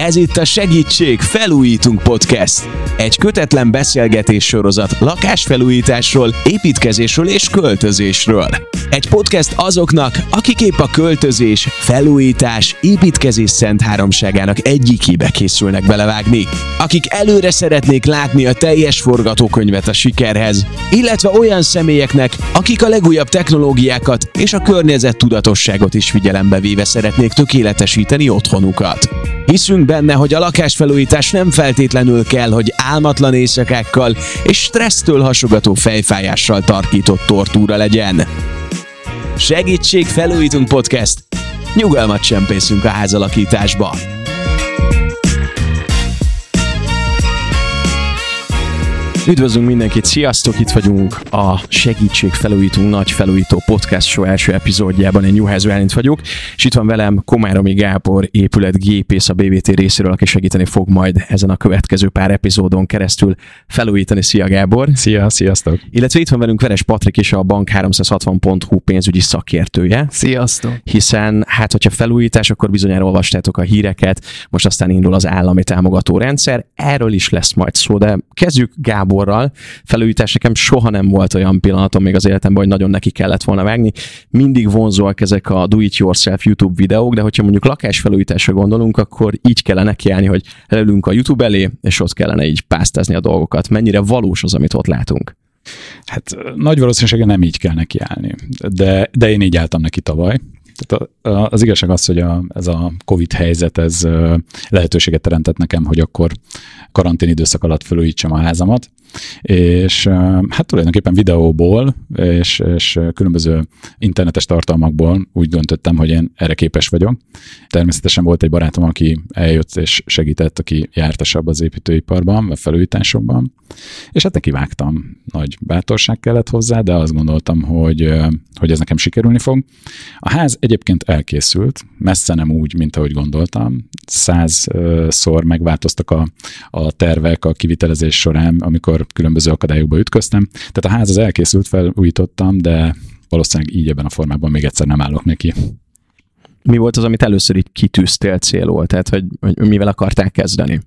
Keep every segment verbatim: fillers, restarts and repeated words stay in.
Ez itt a Segítség, felújítunk podcast. Egy kötetlen beszélgetés sorozat lakásfelújításról, építkezésről és költözésről. Egy podcast azoknak, akik épp a költözés, felújítás, építkezés szent háromságának egyikébe készülnek belevágni. Akik előre szeretnék látni a teljes forgatókönyvet a sikerhez, illetve olyan személyeknek, akik a legújabb technológiákat és a környezettudatosságot is figyelembe véve szeretnék tökéletesíteni otthonukat. Hiszünk benne, hogy a lakásfelújítás nem feltétlenül kell, hogy álmatlan éjszakákkal és stressztől hasogató fejfájással tarkított tortúra legyen. Segítség, felújítunk podcast. Nyugalmat csempészünk a házalakításba. Üdvözlünk mindenkit, sziasztok! Itt vagyunk a Segítség, felújítunk nagy felújító podcast show első epizódjában. Én Juhász Bálint vagyok, és itt van velem Komáromi Gábor, épületgépész a bé vé té részéről, aki segíteni fog majd ezen a következő pár epizódon keresztül felújítani. Szia Gábor! Szia, sziasztok! Illetve itt van velünk Veres Patrik is, a bank háromszázhatvan pont hu pénzügyi szakértője. Sziasztok! Hiszen hát, hogyha felújítás, akkor bizonyára olvastátok a híreket, most aztán indul az állami támogató rendszer, erről is lesz majd szó, de kezdjük Gábor. Felújítás nekem soha nem volt olyan pillanatom még az életemben, hogy nagyon neki kellett volna vágni. Mindig vonzóak ezek a do-it-yourself YouTube videók, de hogyha mondjuk lakásfelújításra gondolunk, akkor így kellene kiállni, hogy leülünk a YouTube elé, és ott kellene így pásztázni a dolgokat. Mennyire valós az, amit ott látunk? Hát nagy valószínűséggel nem így kell nekiállni, de, de én így álltam neki tavaly. Tehát az igazság az, hogy a, ez a Covid helyzet, ez lehetőséget teremtett nekem, hogy akkor karantén időszak alatt felújítsam a házamat, és hát tulajdonképpen videóból és, és különböző internetes tartalmakból úgy döntöttem, hogy én erre képes vagyok. Természetesen volt egy barátom, aki eljött és segített, aki jártasabb az építőiparban, vagy felújításokban, és hát neki vágtam. Nagy bátorság kellett hozzá, de azt gondoltam, hogy, hogy ez nekem sikerülni fog. A ház egyébként elkészült, messze nem úgy, mint ahogy gondoltam. Százszor megváltoztak a, a tervek a kivitelezés során, amikor különböző akadályokba ütköztem. Tehát a ház az elkészült, felújítottam, de valószínűleg így ebben a formában még egyszer nem állok neki. Mi volt az, amit először így kitűztél célul? Tehát, hogy, hogy mivel akarták kezdeni?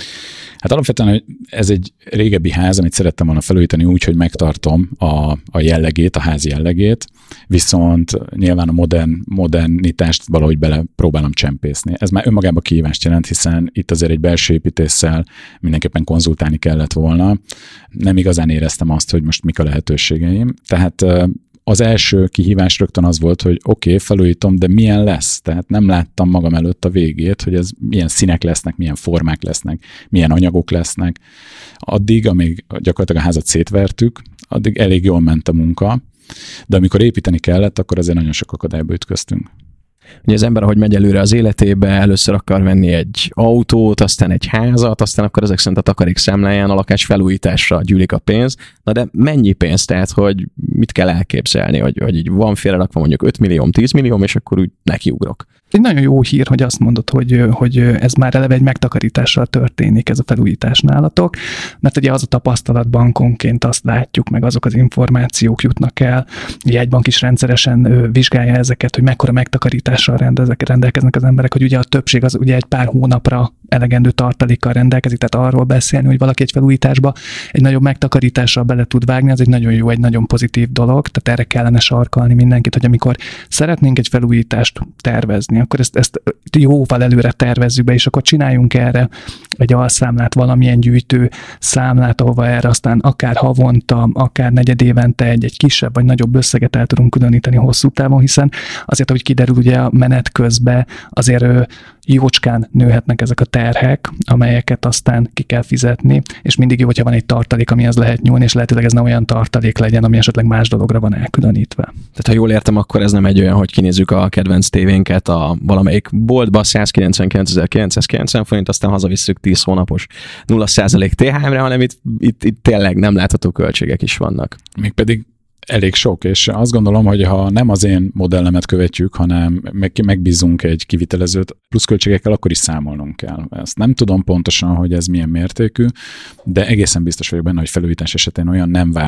Hát alapvetően ez egy régebbi ház, amit szerettem volna felújítani úgy, hogy megtartom a, a jellegét, a ház jellegét, viszont nyilván a modern, modernitást valahogy bele próbálom csempészni. Ez már önmagában kihívást jelent, hiszen itt azért egy belső építéssel mindenképpen konzultálni kellett volna. Nem igazán éreztem azt, hogy most mik a lehetőségeim. Tehát az első kihívás rögtön az volt, hogy oké, okay, felújítom, de milyen lesz? Tehát nem láttam magam előtt a végét, hogy ez milyen színek lesznek, milyen formák lesznek, milyen anyagok lesznek. Addig, amíg gyakorlatilag a házat szétvertük, addig elég jól ment a munka, de amikor építeni kellett, akkor azért nagyon sok akadályba ütköztünk. Ugye az ember, ahogy megy előre az életébe, először akar venni egy autót, aztán egy házat, aztán akkor ezek szerint a takarék számláján a lakás felújításra gyűlik a pénz. Na de mennyi pénz? Tehát, hogy mit kell elképzelni, hogy, hogy így van félrerakva mondjuk öt millió, tíz millió, és akkor úgy nekiugrok. Egy nagyon jó hír, hogy azt mondod, hogy, hogy ez már eleve egy megtakarítással történik, ez a felújítás nálatok, mert ugye az a tapasztalat bankonként azt látjuk, meg azok az információk jutnak el, egy jegybank is rendszeresen vizsgálja ezeket, hogy mekkora megtakarítással rendelkeznek az emberek, hogy ugye a többség az ugye egy pár hónapra elegendő tartalékkal rendelkezik, tehát arról beszélni, hogy valaki egy felújításba egy nagyobb megtakarítással bele tud vágni, az egy nagyon jó, egy nagyon pozitív dolog, tehát erre kellene sarkalni mindenkit, hogy amikor szeretnénk egy felújítást tervezni, akkor ezt, ezt jóval előre tervezzük be, és akkor csináljunk erre egy alszámlát, valamilyen gyűjtő számlát, ahova erre aztán akár havonta, akár negyedévente egy, egy kisebb vagy nagyobb összeget el tudunk különíteni hosszú távon, hiszen azért, ahogy kiderül ugye a menet közben, azért jócskán nőhetnek ezek a terhek, amelyeket aztán ki kell fizetni, és mindig jó, hogyha van egy tartalék, amihez lehet nyúlni, és lehetőleg ez nem olyan tartalék legyen, ami esetleg más dologra van elkülönítve. Tehát ha jól értem, akkor ez nem egy olyan, hogy kinézzük a kedvenc tévénket a valamelyik boltba százkilencvenkilencezer-kilencszázkilencven forint, aztán hazavisszük tíz hónapos nulla százalék té há em-re, hanem itt, itt, itt tényleg nem látható költségek is vannak. Mégpedig elég sok, és azt gondolom, hogy ha nem az én modellemet követjük, hanem meg, megbízunk egy kivitelezőt, pluszköltségekkel, akkor is számolnunk kell. Ezt nem tudom pontosan, hogy ez milyen mértékű, de egészen biztos vagyok benne, hogy felújítás esetén olyan nem várt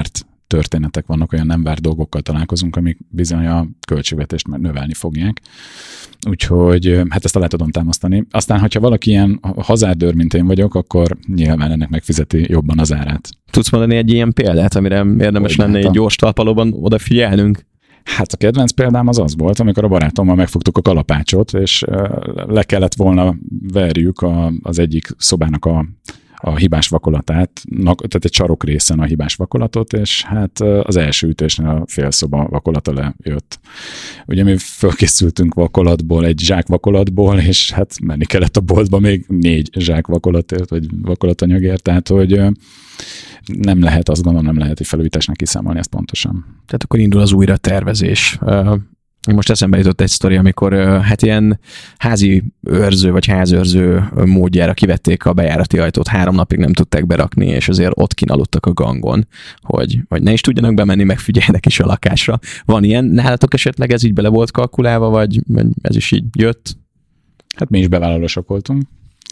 történetek vannak, olyan nem várt dolgokkal találkozunk, amik bizony a költségvetést növelni fogják. Úgyhogy hát ezt alá tudom támasztani. Aztán, hogyha valaki ilyen hazárdőr, mint én vagyok, akkor nyilván ennek megfizeti jobban az árát. Tudsz mondani egy ilyen példát, amire érdemes Hogy lenne egy gyors talpalóban odafigyelnünk? Hát a kedvenc példám az az volt, amikor a barátommal megfogtuk a kalapácsot, és le kellett volna verjük a, az egyik szobának a, a hibás vakolatát, tehát egy sarok részen a hibás vakolatot, és hát az első ütésnél a félszoba vakolata lejött. Ugye mi fölkészültünk vakolatból, egy zsák vakolatból, és hát menni kellett a boltba még négy zsák vakolatért, vagy vakolatanyagért, tehát hogy nem lehet, azt gondolom, nem lehet egy felújításnak kiszámolni ezt pontosan. Tehát akkor indul az újra tervezés. Most eszembe jutott egy sztori, amikor hát ilyen házi őrző vagy házőrző módjára kivették a bejárati ajtót, három napig nem tudták berakni, és azért ott kínaludtak a gangon, hogy, hogy ne is tudjanak bemenni, meg figyeljenek is a lakásra. Van ilyen? Nálatok esetleg ez így bele volt kalkulálva, vagy ez is így jött? Hát mi is bevállalósok voltunk.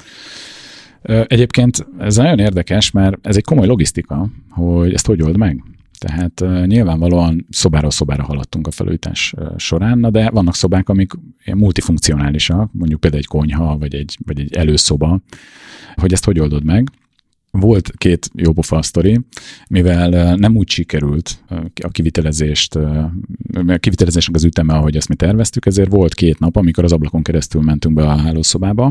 Egyébként ez nagyon érdekes, mert ez egy komoly logisztika, hogy ezt hogy old meg. Tehát uh, nyilvánvalóan szobáról szobára haladtunk a felújítás uh, során, na de vannak szobák, amik multifunkcionálisak, mondjuk például egy konyha, vagy egy, vagy egy előszoba, hogy ezt hogy oldod meg. Volt két jópofa sztori, mivel uh, nem úgy sikerült uh, a kivitelezést, uh, a kivitelezésnek az üteme, ahogy ezt mi terveztük, ezért volt két nap, amikor az ablakon keresztül mentünk be a hálószobába,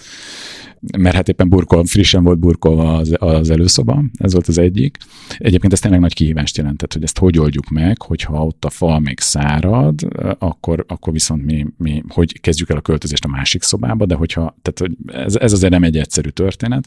mert hát éppen burkol, frissen volt burkolva az, az előszoba, ez volt az egyik. Egyébként ez tényleg nagy kihívást jelentett, hogy ezt hogy oldjuk meg, hogyha ott a fal még szárad, akkor, akkor viszont mi, mi hogy kezdjük el a költözést a másik szobába, de hogyha, tehát ez, ez azért nem egy egyszerű történet.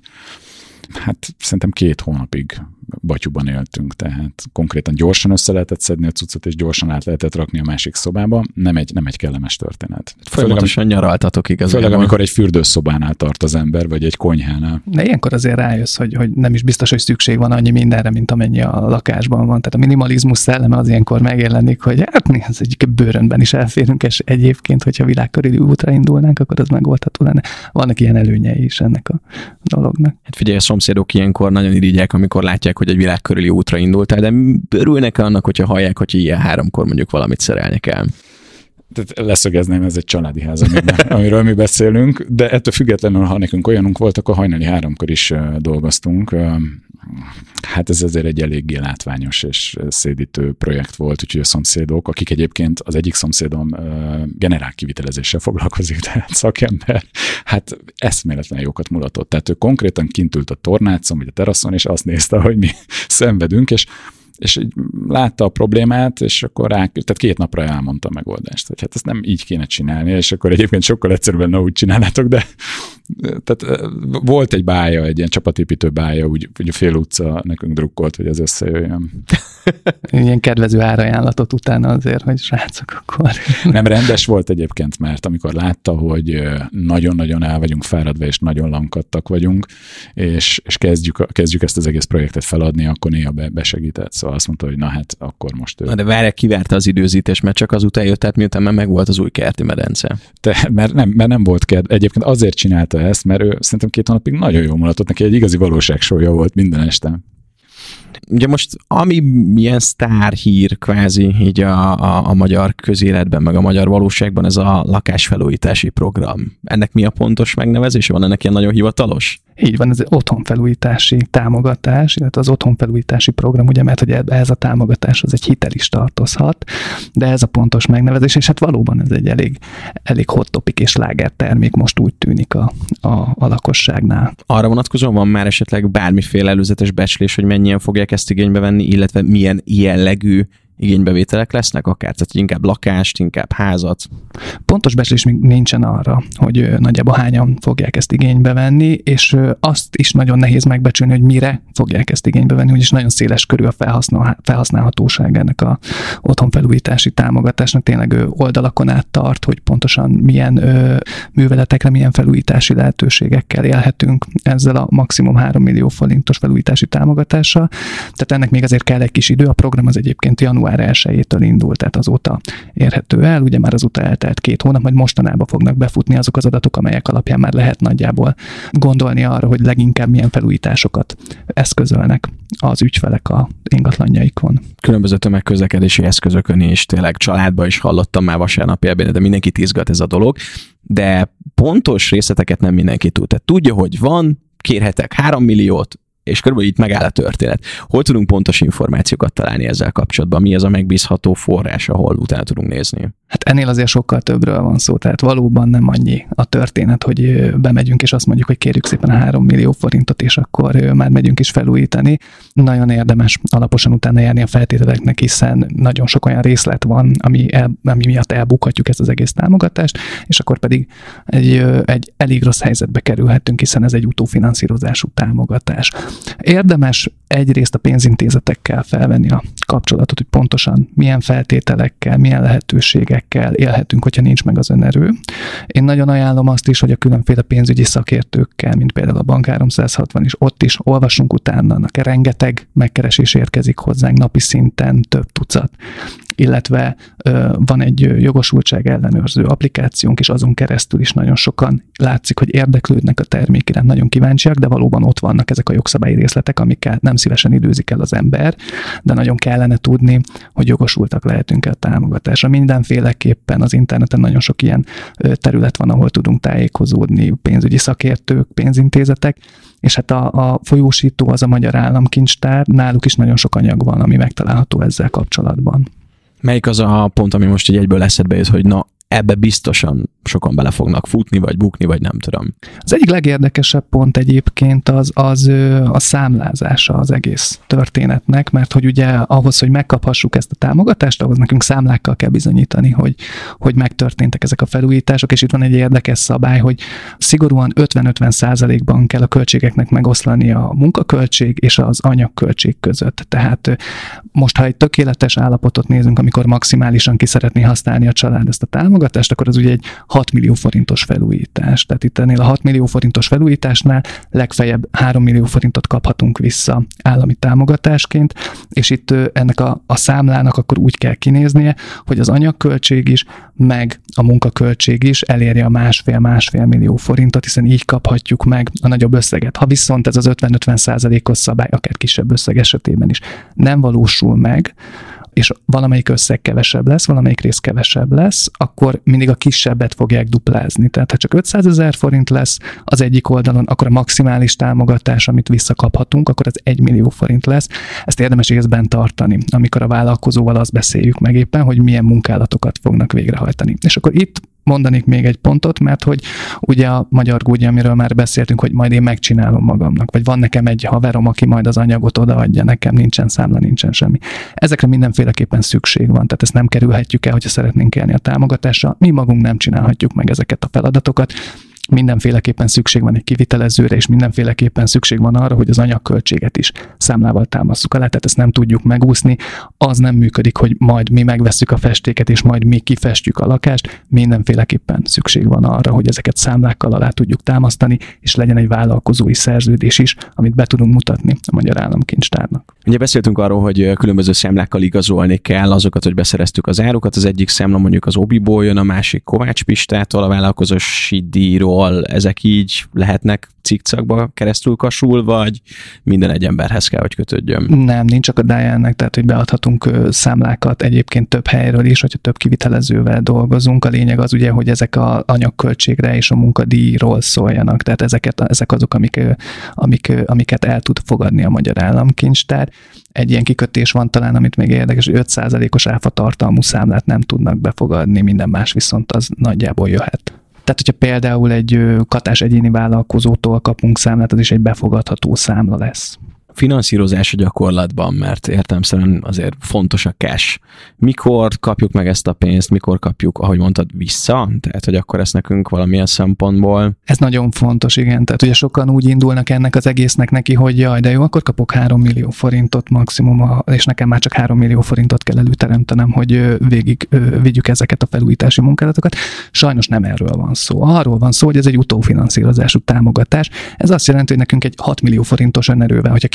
Hát szerintem két hónapig batyuban éltünk, tehát konkrétan gyorsan össze lehetett szedni a cuccot, és gyorsan át lehetett rakni a másik szobába. Nem egy, nem egy kellemes történet. Folyamatosan nyaraltatok igazából. Főleg, amikor egy fürdőszobánál tart az ember, vagy egy konyhánál. De ilyenkor azért rájössz, hogy, hogy nem is biztos, hogy szükség van annyi mindenre, mint amennyi a lakásban van. Tehát a minimalizmus szelleme az ilyenkor megjelenik, hogy hát mi az egyik bőrönben is elférünk, és egyébként, hogyha világkörüli útra indulnánk, akkor az megoldható lenne. Vannak ilyen előnyei is ennek a dolognak. Hát figyelj, a szomszédok ilyenkor nagyon irigyek, amikor látják, hogy egy világ körüli útra indultál, de örülnek annak, hogyha hallják, hogy ilyen háromkor mondjuk valamit szerelni kell. Tehát leszögezném, ez egy családi ház, amiben, amiről mi beszélünk, de ettől függetlenül, ha nekünk olyanunk volt, akkor hajnali háromkor is dolgoztunk. Hát ez azért egy eléggé látványos és szédítő projekt volt, úgyhogy a szomszédok, akik egyébként az egyik szomszédom generál kivitelezéssel foglalkozik, tehát szakember, hát eszméletlen jókat mulatott. Tehát ő konkrétan kint ült a tornácon, vagy a teraszon, és azt nézte, hogy mi szenvedünk, és és így látta a problémát, és akkor rá, tehát két napra elmondta a megoldást, hogy hát ezt nem így kéne csinálni, és akkor egyébként sokkal egyszerűbben ne úgy csinálnátok, de tehát volt egy bája, egy ilyen csapatépítő bája, úgy, úgy a fél utca nekünk drukkolt, hogy ez összejöjjön. Ilyen kedvező árajánlatot utána azért, hogy srácok, akkor... Nem rendes volt egyébként, mert amikor látta, hogy nagyon-nagyon el vagyunk fáradva, és nagyon lankadtak vagyunk, és, és kezdjük, kezdjük ezt az egész projektet feladni, akkor néha be, besegített. Szóval azt mondta, hogy na hát, akkor most... Na de várják, kivárta az időzítés, mert csak azután jött, tehát miután már megvolt az új kerti medence. Te, mert, nem, mert nem volt kedv. Egyébként azért csinálta ezt, mert ő szerintem két hónapig nagyon jól mulatott, neki egy igazi valóságsója volt minden este. Ugye most, ami ilyen sztárhír kvázi így a, a, a magyar közéletben, meg a magyar valóságban, ez a lakásfelújítási program. Ennek mi a pontos megnevezése? Van ennek ilyen nagyon hivatalos? Így van, ez egy otthonfelújítási támogatás, illetve az otthonfelújítási program, ugye, mert hogy ez a támogatás az egy hitel is tartozhat, de ez a pontos megnevezés, és hát valóban ez egy elég, elég hot topic és láger termék, most úgy tűnik a, a, a lakosságnál. Arra vonatkozóan van már esetleg bármiféle előzetes becslés, hogy mennyien fogják ezt igénybe venni, illetve milyen jellegű igénybevételek lesznek akár, tehát inkább lakást, inkább házat? Pontos becslés még nincsen arra, hogy nagyjából hányan fogják ezt igénybe venni, és azt is nagyon nehéz megbecsülni, hogy mire fogják ezt igénybe venni, úgyis nagyon széles körű a felhasznál, felhasználhatóság ennek a otthonfelújítási támogatásnak, tényleg oldalakon át tart, hogy pontosan milyen ö, műveletekre, milyen felújítási lehetőségekkel élhetünk ezzel a maximum három millió forintos felújítási támogatással. Tehát ennek még azért kell egy kis idő, a program az egyébként január január elsejétől indult, tehát azóta érhető el, ugye már azóta eltelt két hónap, majd mostanában fognak befutni azok az adatok, amelyek alapján már lehet nagyjából gondolni arra, hogy leginkább milyen felújításokat eszközölnek az ügyfelek a ingatlanjaikon. Különböző tömegközlekedési eszközökön is, tényleg családban is hallottam már vasárnap élben, de mindenkit izgat ez a dolog, de pontos részleteket nem mindenki tud. Tehát tudja, hogy van, kérhetek három milliót, és körülbelül itt megáll a történet. Hol tudunk pontos információkat találni ezzel kapcsolatban? Mi az a megbízható forrás, ahol utána tudunk nézni? Hát ennél azért sokkal többről van szó, tehát valóban nem annyi a történet, hogy bemegyünk és azt mondjuk, hogy kérjük szépen a három millió forintot, és akkor már megyünk is felújítani. Nagyon érdemes alaposan utána járni a feltételeknek, hiszen nagyon sok olyan részlet van, ami, el, ami miatt elbukhatjuk ezt az egész támogatást, és akkor pedig egy, egy elég rossz helyzetbe kerülhetünk, hiszen ez egy utófinanszírozású támogatás. Érdemes egyrészt a pénzintézetekkel felvenni a kapcsolatot, hogy pontosan milyen feltételekkel, milyen lehetőségekkel élhetünk, hogyha nincs meg az önerő. Én nagyon ajánlom azt is, hogy a különféle pénzügyi szakértőkkel, mint például a Bank háromszázhatvan is, ott is olvasunk utána, annak rengeteg megkeresés érkezik hozzánk napi szinten, több tucat, illetve ö, van egy jogosultság ellenőrző applikációnk, és azon keresztül is nagyon sokan látszik, hogy érdeklődnek a termék iránt, nagyon kíváncsiak, de valóban ott vannak ezek a jogszabályi részletek, amikkel nem szívesen időzik el az ember, de nagyon kellene tudni, hogy jogosultak lehetünk-e a támogatásra. Mindenféleképpen az interneten nagyon sok ilyen terület van, ahol tudunk tájékozódni, pénzügyi szakértők, pénzintézetek, és hát a, a folyósító az a Magyar Államkincstár, náluk is nagyon sok anyag van, ami megtalálható ezzel kapcsolatban. Melyik az a pont, ami most így egyből eszedbe jut, hogy na, ebbe biztosan sokan bele fognak futni, vagy bukni, vagy nem tudom. Az egyik legérdekesebb pont egyébként az, az a számlázása az egész történetnek, mert hogy ugye ahhoz, hogy megkaphassuk ezt a támogatást, ahhoz nekünk számlákkal kell bizonyítani, hogy, hogy megtörténtek ezek a felújítások, és itt van egy érdekes szabály, hogy szigorúan ötven-ötven százalékban kell a költségeknek megoszlani a munkaköltség és az anyagköltség között. Tehát most, ha egy tökéletes állapotot nézünk, amikor maximálisan ki szeretné használni a család ezt a támogatást, akkor az ugye egy hat millió forintos felújítás. Tehát itt ennél a hat millió forintos felújításnál legfeljebb három millió forintot kaphatunk vissza állami támogatásként, és itt ennek a, a számlának akkor úgy kell kinéznie, hogy az anyagköltség is, meg a munkaköltség is elérje a másfél-másfél millió forintot, hiszen így kaphatjuk meg a nagyobb összeget. Ha viszont ez az ötven-ötven százalékos szabály, akár kisebb összeg esetében is nem valósul meg, és valamelyik összeg kevesebb lesz, valamelyik rész kevesebb lesz, akkor mindig a kisebbet fogják duplázni. Tehát ha csak ötszázezer forint lesz az egyik oldalon, akkor a maximális támogatás, amit visszakaphatunk, akkor az egy millió forint lesz. Ezt érdemes észben tartani, amikor a vállalkozóval azt beszéljük meg éppen, hogy milyen munkálatokat fognak végrehajtani. És akkor itt mondanék még egy pontot, mert hogy ugye a magyar gúgya, amiről már beszéltünk, hogy majd én megcsinálom magamnak, vagy van nekem egy haverom, aki majd az anyagot odaadja, nekem nincsen számla, nincsen semmi. Ezekre mindenféleképpen szükség van, tehát ezt nem kerülhetjük el, hogyha szeretnénk élni a támogatásra. Mi magunk nem csinálhatjuk meg ezeket a feladatokat. Mindenféleképpen szükség van egy kivitelezőre, és mindenféleképpen szükség van arra, hogy az anyagköltséget is számlával támasszuk alá, tehát ezt nem tudjuk megúszni. Az nem működik, hogy majd mi megvesszük a festéket, és majd mi kifestjük a lakást. Mindenféleképpen szükség van arra, hogy ezeket számlákkal alá tudjuk támasztani, és legyen egy vállalkozói szerződés is, amit be tudunk mutatni a Magyar Államkincstárnak. Ugye beszéltünk arról, hogy különböző számlákkal igazolni kell azokat, hogy beszereztük az árukat. Az egyik számla mondjuk az Obiból jön, a másik Kovács Pistától, a vállalkozósi díjról. Ezek így lehetnek cikcakba keresztül kasul, vagy minden egy emberhez kell, hogy kötődjön? Nem, nincs akadálya ennek, tehát hogy beadhatunk számlákat egyébként több helyről is, hogyha több kivitelezővel dolgozunk. A lényeg az ugye, hogy ezek az anyagköltségre és a munkadíjról szóljanak, tehát ezeket, ezek azok, amik, amik, amiket el tud fogadni a Magyar Államkincstár. Egy ilyen kikötés van talán, amit még érdekes, hogy öt százalékos áfa tartalmú számlát nem tudnak befogadni, minden más viszont az nagyjából jöhet. Tehát, hogyha például egy katás egyéni vállalkozótól kapunk számlát, az is egy befogadható számla lesz. Finanszírozás a gyakorlatban, mert értelemszerűen azért fontos a cash. Mikor kapjuk meg ezt a pénzt, mikor kapjuk, ahogy mondtad, vissza? Tehát, hogy akkor ezt nekünk valamilyen szempontból... Ez nagyon fontos, igen. Tehát ugye sokan úgy indulnak ennek az egésznek neki, hogy jaj, de jó, akkor kapok három millió forintot maximum, és nekem már csak három millió forintot kell előteremtenem, hogy végig vigyük ezeket a felújítási munkálatokat. Sajnos nem erről van szó. Arról van szó, hogy ez egy utófinanszírozású támogatás. Ez azt jelenti, hogy nekünk egy hat millió forintos önerővel, hogyha ki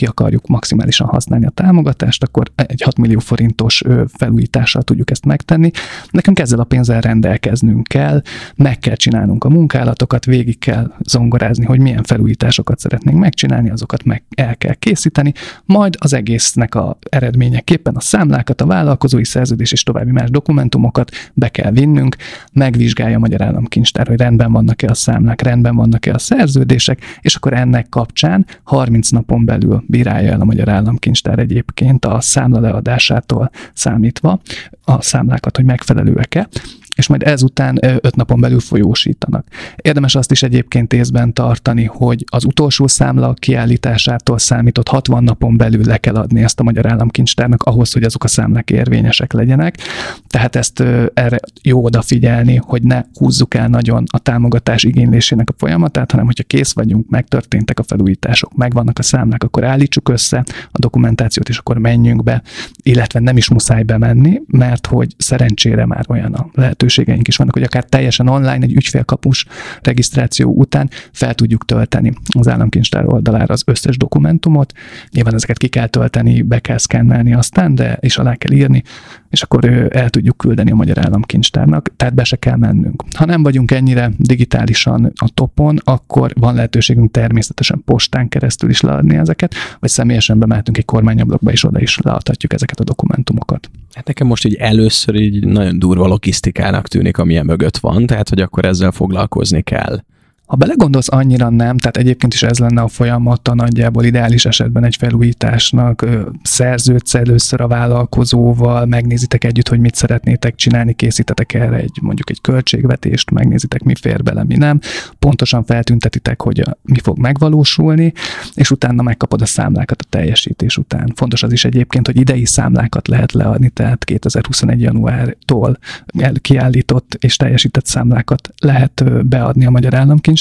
akarjuk maximálisan használni a támogatást, akkor egy hat millió forintos felújítással tudjuk ezt megtenni. Nekünk ezzel a pénzzel rendelkeznünk kell, meg kell csinálnunk a munkálatokat, végig kell zongorázni, hogy milyen felújításokat szeretnénk megcsinálni, azokat meg el kell készíteni, majd az egésznek a eredményeképpen a számlákat, a vállalkozói szerződés és további más dokumentumokat be kell vinnünk, megvizsgálja a Magyar Államkincstár, hogy rendben vannak-e a számlák, rendben vannak-e a szerződések, és akkor ennek kapcsán harminc napon belül bírálja el a Magyar Államkincstár egyébként a számla leadásától számítva a számlákat, hogy megfelelőek-e, és majd ezután öt napon belül folyósítanak. Érdemes azt is egyébként észben tartani, hogy az utolsó számla kiállításától számított hatvan napon belül le kell adni ezt a Magyar Államkincstárnak ahhoz, hogy azok a számlák érvényesek legyenek. Tehát ezt erre jó odafigyelni, hogy ne húzzuk el nagyon a támogatás igénylésének a folyamatát, hanem hogyha kész vagyunk, megtörténtek a felújítások, megvannak a számlák, akkor állítsuk össze a dokumentációt, és akkor menjünk be, illetve nem is muszáj bemenni, mert hogy szerencsére már olyan a lehetőségeink is vannak, hogy akár teljesen online egy ügyfélkapus regisztráció után fel tudjuk tölteni az Államkincstár oldalára az összes dokumentumot. Nyilván ezeket ki kell tölteni, be kell szkennelni aztán, de és alá kell írni, és akkor el tudjuk küldeni a Magyar Államkincstárnak, tehát be se kell mennünk. Ha nem vagyunk ennyire digitálisan a topon, akkor van lehetőségünk természetesen postán keresztül is leadni ezeket, vagy személyesen bemehetünk egy kormányablakba, és oda is leadhatjuk ezeket a dokumentumokat. Hát nekem most így először így nagyon durva logisztikának tűnik, amilyen mögött van, tehát hogy akkor ezzel foglalkozni kell. Ha belegondolsz, annyira nem, tehát egyébként is ez lenne a folyamata nagyjából ideális esetben egy felújításnak, szerződsz először a vállalkozóval, megnézitek együtt, hogy mit szeretnétek csinálni, készítetek erre egy mondjuk egy költségvetést, megnézitek, mi fér bele, mi nem, pontosan feltüntetitek, hogy a, mi fog megvalósulni, és utána megkapod a számlákat a teljesítés után. Fontos az is egyébként, hogy idei számlákat lehet leadni, tehát kétezer-huszonegy januártól kiállított és teljesített számlákat lehet beadni a Magyar Államkincstárnak,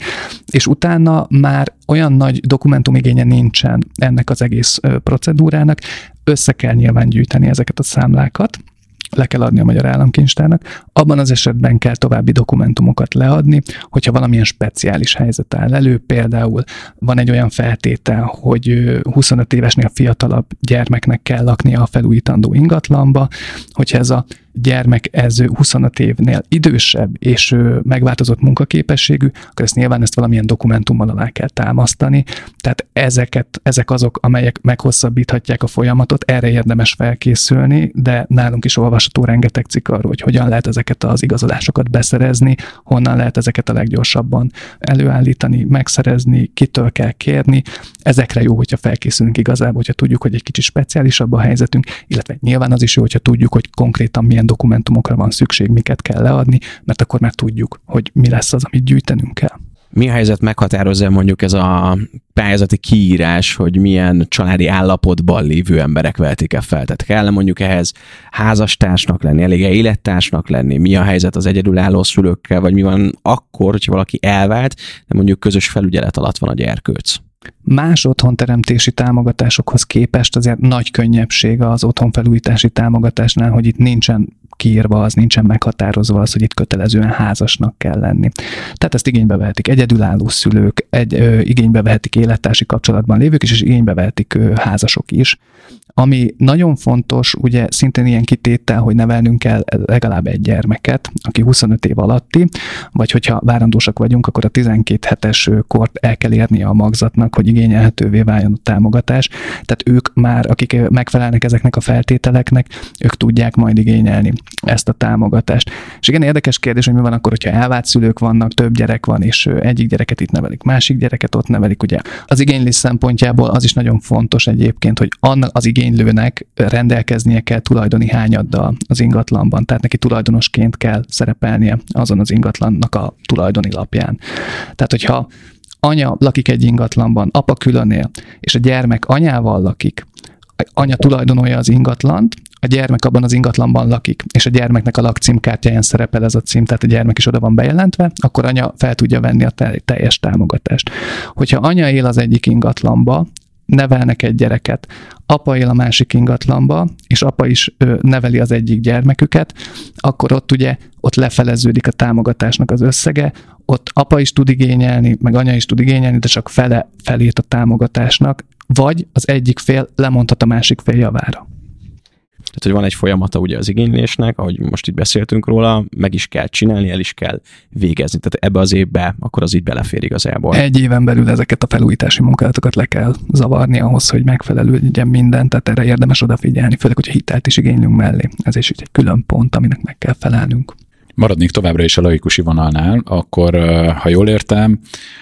és utána már olyan nagy dokumentumigénye nincsen ennek az egész procedúrának, össze kell nyilván gyűjteni ezeket a számlákat, le kell adni a Magyar Államkincstárnak, abban az esetben kell további dokumentumokat leadni, hogyha valamilyen speciális helyzet áll elő, például van egy olyan feltétel, hogy huszonöt évesnél fiatalabb gyermeknek kell laknia a felújítandó ingatlanba, hogyha ez a gyermek ez huszonöt évnél idősebb és megváltozott munkaképességű, akkor ezt nyilván ezt valamilyen dokumentummal alá kell támasztani. Tehát ezeket, ezek azok, amelyek meghosszabbíthatják a folyamatot, erre érdemes felkészülni, de nálunk is olvasható rengeteg cikk arról, hogy hogyan lehet ezeket az igazolásokat beszerezni, honnan lehet ezeket a leggyorsabban előállítani, megszerezni, kitől kell kérni. Ezekre jó, hogyha felkészülünk igazából, hogyha tudjuk, hogy egy kicsit speciálisabb a helyzetünk, illetve nyilván az is jó, hogyha tudjuk, hogy konkrétan milyen dokumentumokra van szükség, miket kell leadni, mert akkor már tudjuk, hogy mi lesz az, amit gyűjtenünk kell. Mi a helyzet, meghatározza mondjuk ez a pályázati kiírás, hogy milyen családi állapotban lévő emberek vehetik el fel? Tehát kell mondjuk ehhez házastársnak lenni, elég élettársnak lenni? Mi a helyzet az egyedülálló szülőkkel, vagy mi van akkor, hogyha valaki elvált, de mondjuk közös felügyelet alatt van a gyerkőc? Más otthonteremtési támogatásokhoz képest azért nagy könnyebbség az otthonfelújítási támogatásnál, hogy itt nincsen kiírva az, nincsen meghatározva az, hogy itt kötelezően házasnak kell lenni. Tehát ezt igénybe vehetik egyedülálló szülők, egy, ö, igénybe vehetik élettársi kapcsolatban lévők is, és igénybe vehetik ö, házasok is. Ami nagyon fontos, ugye szintén ilyen kitétel, hogy nevelnünk kell legalább egy gyermeket, aki huszonöt év alatti, vagy hogyha várandósak vagyunk, akkor a tizenkét hetes kort el kell érnie a magzatnak, hogy igényelhetővé váljon a támogatás. Tehát ők már, akik megfelelnek ezeknek a feltételeknek, ők tudják majd igényelni ezt a támogatást. És igen, érdekes kérdés, hogy mi van akkor, hogyha elvált szülők vannak, több gyerek van, és egyik gyereket itt nevelik, másik gyereket ott nevelik, ugye. Az igénylés szempontjából az is nagyon fontos egyébként, hogy annak az igénylőnek rendelkeznie kell tulajdoni hányaddal az ingatlanban, tehát neki tulajdonosként kell szerepelnie azon az ingatlannak a tulajdoni lapján. Tehát, hogyha anya lakik egy ingatlanban, apa külön él, és a gyermek anyával lakik, anya tulajdonolja az ingatlant, a gyermek abban az ingatlanban lakik, és a gyermeknek a lakcímkártyáján szerepel ez a cím, tehát a gyermek is oda van bejelentve, akkor anya fel tudja venni a teljes támogatást. Hogyha anya él az egyik ingatlanba, nevelnek egy gyereket, apa él a másik ingatlanba, és apa is ö, neveli az egyik gyermeküket, akkor ott ugye ott lefeleződik a támogatásnak az összege, ott apa is tud igényelni, meg anya is tud igényelni, de csak fele felét a támogatásnak, vagy az egyik fél lemondhat a másik fél javára. Tehát, hogy van egy folyamata ugye az igénylésnek, ahogy most itt beszéltünk róla, meg is kell csinálni, el is kell végezni. Tehát ebbe az évbe akkor az így belefér igazából. Egy éven belül ezeket a felújítási munkálatokat le kell zavarni ahhoz, hogy megfelelő legyen minden, tehát erre érdemes odafigyelni, főleg, hogyha hitelt is igénylünk mellé. Ez is egy külön pont, aminek meg kell felelnünk. Maradnék továbbra is a laikusi vonalnál, akkor, ha jól értem,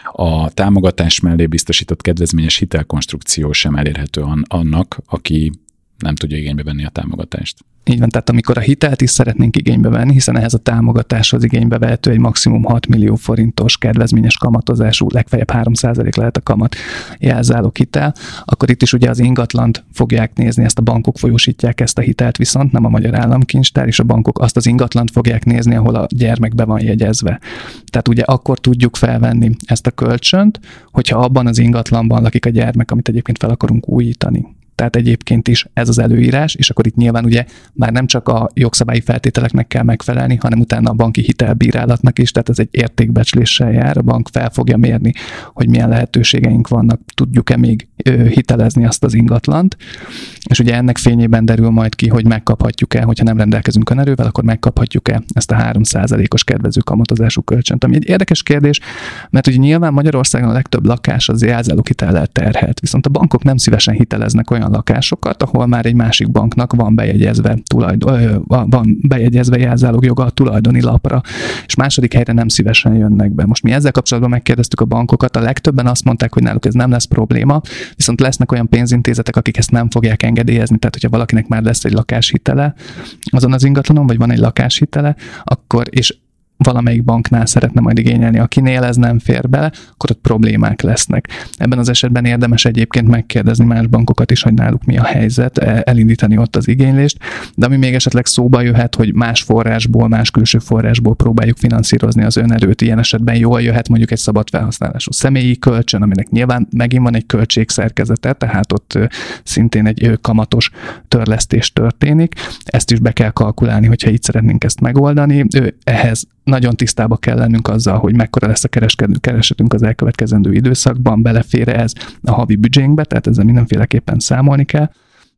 a támogatás mellé biztosított kedvezményes hitelkonstrukció sem elérhető annak, aki nem tudja igénybe venni a támogatást. Így van, tehát amikor a hitelt is szeretnénk igénybe venni, hiszen ehhez a támogatáshoz igénybe vehető egy maximum hat millió forintos kedvezményes kamatozású, legfeljebb három százalék lehet a kamat jelzálog hitel, akkor itt is ugye az ingatlant fogják nézni, ezt a bankok folyósítják ezt a hitelt, viszont nem a Magyar Államkincstár, és a bankok azt az ingatlant fogják nézni, ahol a gyermek be van jegyezve. Tehát ugye akkor tudjuk felvenni ezt a kölcsönt, hogyha abban az ingatlanban lakik a gyermek, amit egyébként fel akarunk újítani. Tehát egyébként is ez az előírás, és akkor itt nyilván ugye már nem csak a jogszabályi feltételeknek kell megfelelni, hanem utána a banki hitelbírálatnak is, tehát ez egy értékbecsléssel jár, a bank fel fogja mérni, hogy milyen lehetőségeink vannak, tudjuk-e még hitelezni azt az ingatlant, és ugye ennek fényében derül majd ki, hogy megkaphatjuk-e, hogyha nem rendelkezünk önerővel, akkor megkaphatjuk-e ezt a három százalékos kedvező kamatozású kölcsönt, ami egy érdekes kérdés, mert ugye nyilván Magyarországon a legtöbb lakás az jelzáloghitellel terhelt, viszont a bankok nem szívesen hiteleznek olyan lakásokat, ahol már egy másik banknak van bejegyezve, tulajdon, van bejegyezve jelzálogjoga a tulajdoni lapra, és második helyre nem szívesen jönnek be. Most mi ezzel kapcsolatban megkérdeztük a bankokat, a legtöbben azt mondták, hogy náluk ez nem lesz probléma, viszont lesznek olyan pénzintézetek, akik ezt nem fogják engedélyezni, tehát hogyha valakinek már lesz egy lakáshitele azon az ingatlanon, vagy van egy lakáshitele, akkor és valamelyik banknál szeretne majd igényelni, akinél ez nem fér bele, akkor ott problémák lesznek. Ebben az esetben érdemes egyébként megkérdezni más bankokat is, hogy náluk mi a helyzet, elindítani ott az igénylést, de ami még esetleg szóba jöhet, hogy más forrásból, más külső forrásból próbáljuk finanszírozni az önerőt, ilyen esetben jól jöhet mondjuk egy szabad felhasználású személyi kölcsön, aminek nyilván megint van egy költségszerkezete, tehát ott szintén egy kamatos törlesztés történik. Ezt is be kell kalkulálni, hogyha így szeretnénk ezt megoldani. Ehhez nagyon tisztába kell lennünk azzal, hogy mekkora lesz a keresetünk az elkövetkezendő időszakban, belefér ez a havi büdzsénkbe, tehát ezzel mindenféleképpen számolni kell.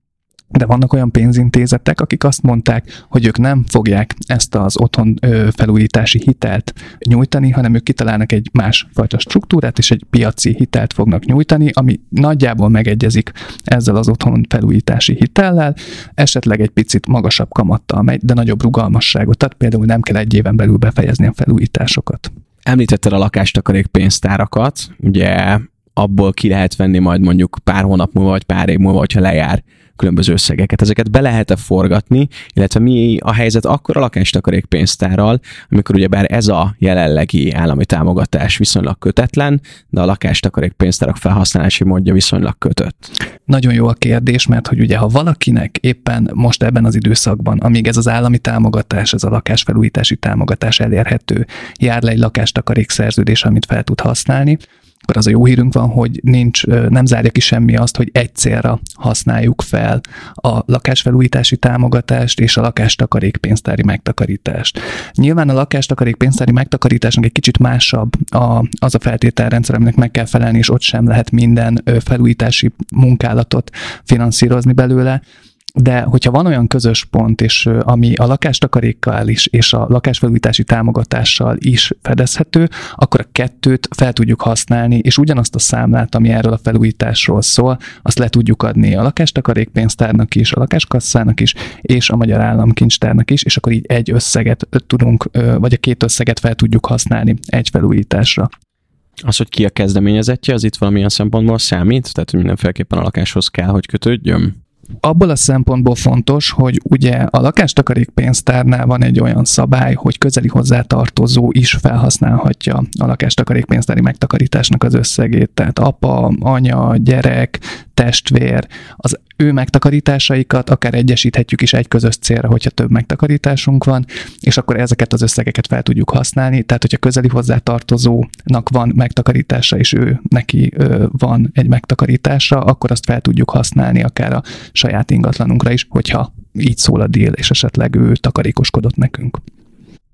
De vannak olyan pénzintézetek, akik azt mondták, hogy ők nem fogják ezt az otthon felújítási hitelt nyújtani, hanem ők kitalálnak egy másfajta struktúrát, és egy piaci hitelt fognak nyújtani, ami nagyjából megegyezik ezzel az otthon felújítási hitellel, esetleg egy picit magasabb kamattal megy, de nagyobb rugalmasságot, tehát például nem kell egy éven belül befejezni a felújításokat. Említetted a lakástakarék pénztárakat, ugye abból ki lehet venni majd mondjuk pár hónap múlva, vagy pár év múlva, hogyha lejár különböző összegeket. Ezeket be lehet-e forgatni, illetve mi a helyzet akkor a lakástakarék pénztárral, amikor ugyebár ez a jelenlegi állami támogatás viszonylag kötetlen, de a lakástakarék pénztárak felhasználási módja viszonylag kötött. Nagyon jó a kérdés, mert hogy ugye ha valakinek éppen most ebben az időszakban, amíg ez az állami támogatás, ez a lakásfelújítási támogatás elérhető, jár le egy lakástakarék szerződés, amit fel tud használni, akkor az a jó hírünk van, hogy nincs, nem zárja ki semmi azt, hogy egy célra használjuk fel a lakásfelújítási támogatást és a lakástakarékpénztári megtakarítást. Nyilván a lakástakarékpénztári megtakarításnak egy kicsit másabb a, az a feltételrendszer, aminek meg kell felelni, és ott sem lehet minden felújítási munkálatot finanszírozni belőle. De hogyha van olyan közös pont, és ami a lakástakarékkal is, és a lakásfelújítási támogatással is fedezhető, akkor a kettőt fel tudjuk használni, és ugyanazt a számlát, ami erről a felújításról szól, azt le tudjuk adni a lakástakarékpénztárnak is, a lakáskasszának is, és a Magyar Államkincstárnak is, és akkor így egy összeget tudunk, vagy a két összeget fel tudjuk használni egy felújításra. Az, hogy ki a kezdeményezettje, az itt valamilyen szempontból számít? Tehát mindenféleképpen a lakáshoz kell, hogy kötődjön? Abból a szempontból fontos, hogy ugye a lakástakarékpénztárnál van egy olyan szabály, hogy közeli hozzátartozó is felhasználhatja a lakástakarékpénztári megtakarításnak az összegét. Tehát apa, anya, gyerek, testvér, az ő megtakarításaikat akár egyesíthetjük is egy közös célra, hogyha több megtakarításunk van, és akkor ezeket az összegeket fel tudjuk használni. Tehát, hogyha közeli hozzátartozónak van megtakarítása, és ő neki ö, van egy megtakarítása, akkor azt fel tudjuk használni akár a saját ingatlanunkra is, hogyha így szól a deal, és esetleg ő takarékoskodott nekünk.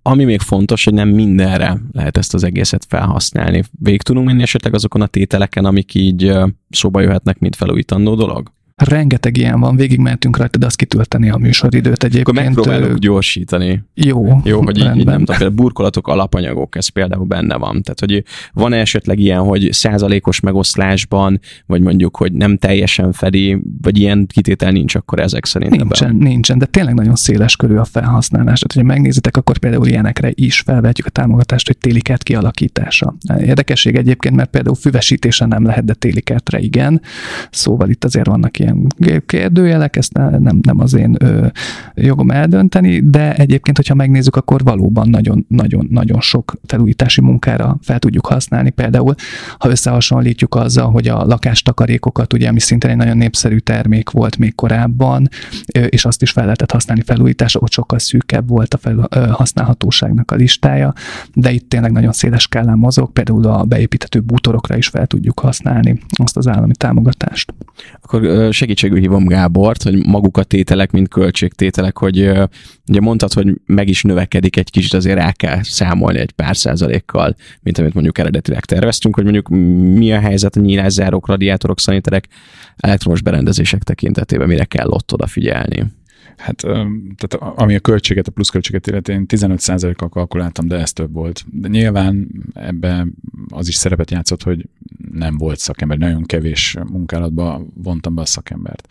ami még fontos, hogy nem mindenre lehet ezt az egészet felhasználni. Végig tudunk menni esetleg azokon a tételeken, amik így szóba jöhetnek, mint felújítandó dolog? Rengeteg ilyen van, végigmehetünk rajta, de azt kitölteni a műsoridőt egyébként. Akkor megpróbálok gyorsítani. Jó, Jó, hogy így, így nem tudom, például burkolatok, alapanyagok, ez például benne van. Tehát, hogy van esetleg ilyen, hogy százalékos megoszlásban, vagy mondjuk, hogy nem teljesen fedi, vagy ilyen kitétel nincs akkor ezek szerint? Nincsen, ebben? nincsen, de tényleg nagyon széles körű a felhasználás. Tehát, hogyha megnézitek, akkor például ilyenekre is felvetjük a támogatást, hogy téli kert kialakítása. Érdekesség egyébként, mert például füvesítése nem lehet, de téli kertre igen. Szóval itt azért vannak ilyen kérdőjelek, ezt nem, nem az én ö, jogom eldönteni, de egyébként, hogyha megnézzük, akkor valóban nagyon-nagyon sok felújítási munkára fel tudjuk használni. Például, ha összehasonlítjuk azzal, hogy a lakástakarékokat, ugye, ami szintén egy nagyon népszerű termék volt még korábban, ö, és azt is fel lehetett használni felújításra, ott sokkal szűkebb volt a fel, ö, használhatóságnak a listája, de itt tényleg nagyon széles skálán mozog, például a beépíthető bútorokra is fel tudjuk használni azt az állami támogatást. Akkor segítségül hívom Gábort, hogy maguk a tételek, mint költségtételek, hogy ugye mondtad, hogy meg is növekedik egy kicsit, azért rá kell számolni egy pár százalékkal, mint amit mondjuk eredetileg terveztünk, hogy mondjuk mi a helyzet a nyílászárók, radiátorok, szaniterek, elektromos berendezések tekintetében, mire kell ott odafigyelni? Hát, tehát ami a költséget, a pluszköltséget illeti, én tizenöt százalékkal kalkuláltam, de ez több volt. De nyilván ebben az is szerepet játszott, hogy nem volt szakember, nagyon kevés munkálatban vontam be a szakembert.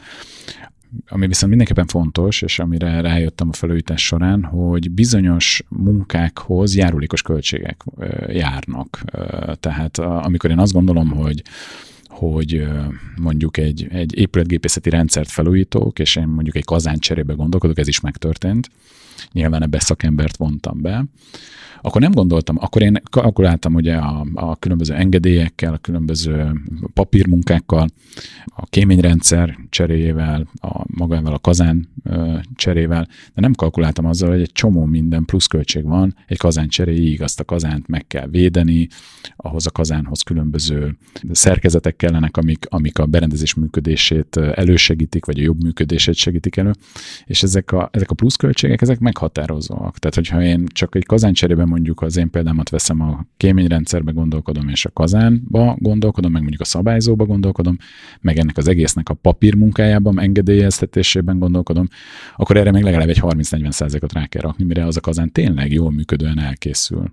Ami viszont mindenképpen fontos, és amire rájöttem a felújítás során, hogy bizonyos munkákhoz járulékos költségek járnak. Tehát amikor én azt gondolom, hogy hogy mondjuk egy, egy épületgépészeti rendszert felújítok, és én mondjuk egy kazán cserébe gondolkodok, ez is megtörtént, nyilván ebbe szakembert vontam be, akkor nem gondoltam, akkor én kalkuláltam ugye a, a különböző engedélyekkel, a különböző papírmunkákkal, a kéményrendszer cseréjével, a magával a kazán cserével, de nem kalkuláltam azzal, hogy egy csomó minden pluszköltség van, egy kazán cseréig azt a kazánt meg kell védeni, ahhoz a kazánhoz különböző szerkezetek kellenek, amik, amik a berendezés működését elősegítik, vagy a jobb működését segítik elő, és ezek a, ezek a pluszköltségek, ezek meghatározóak. Tehát, hogyha én csak egy kazán cserében mondjuk az én példámat veszem, a kéményrendszerbe gondolkodom, és a kazánba gondolkodom, meg mondjuk a szabályzóba gondolkodom, meg ennek az egésznek a papírmunkájában, engedélyeztetésében gondolkodom, akkor erre még legalább egy harminc-negyven százalékot rá kell rakni, mire az a kazán tényleg jól működően elkészül.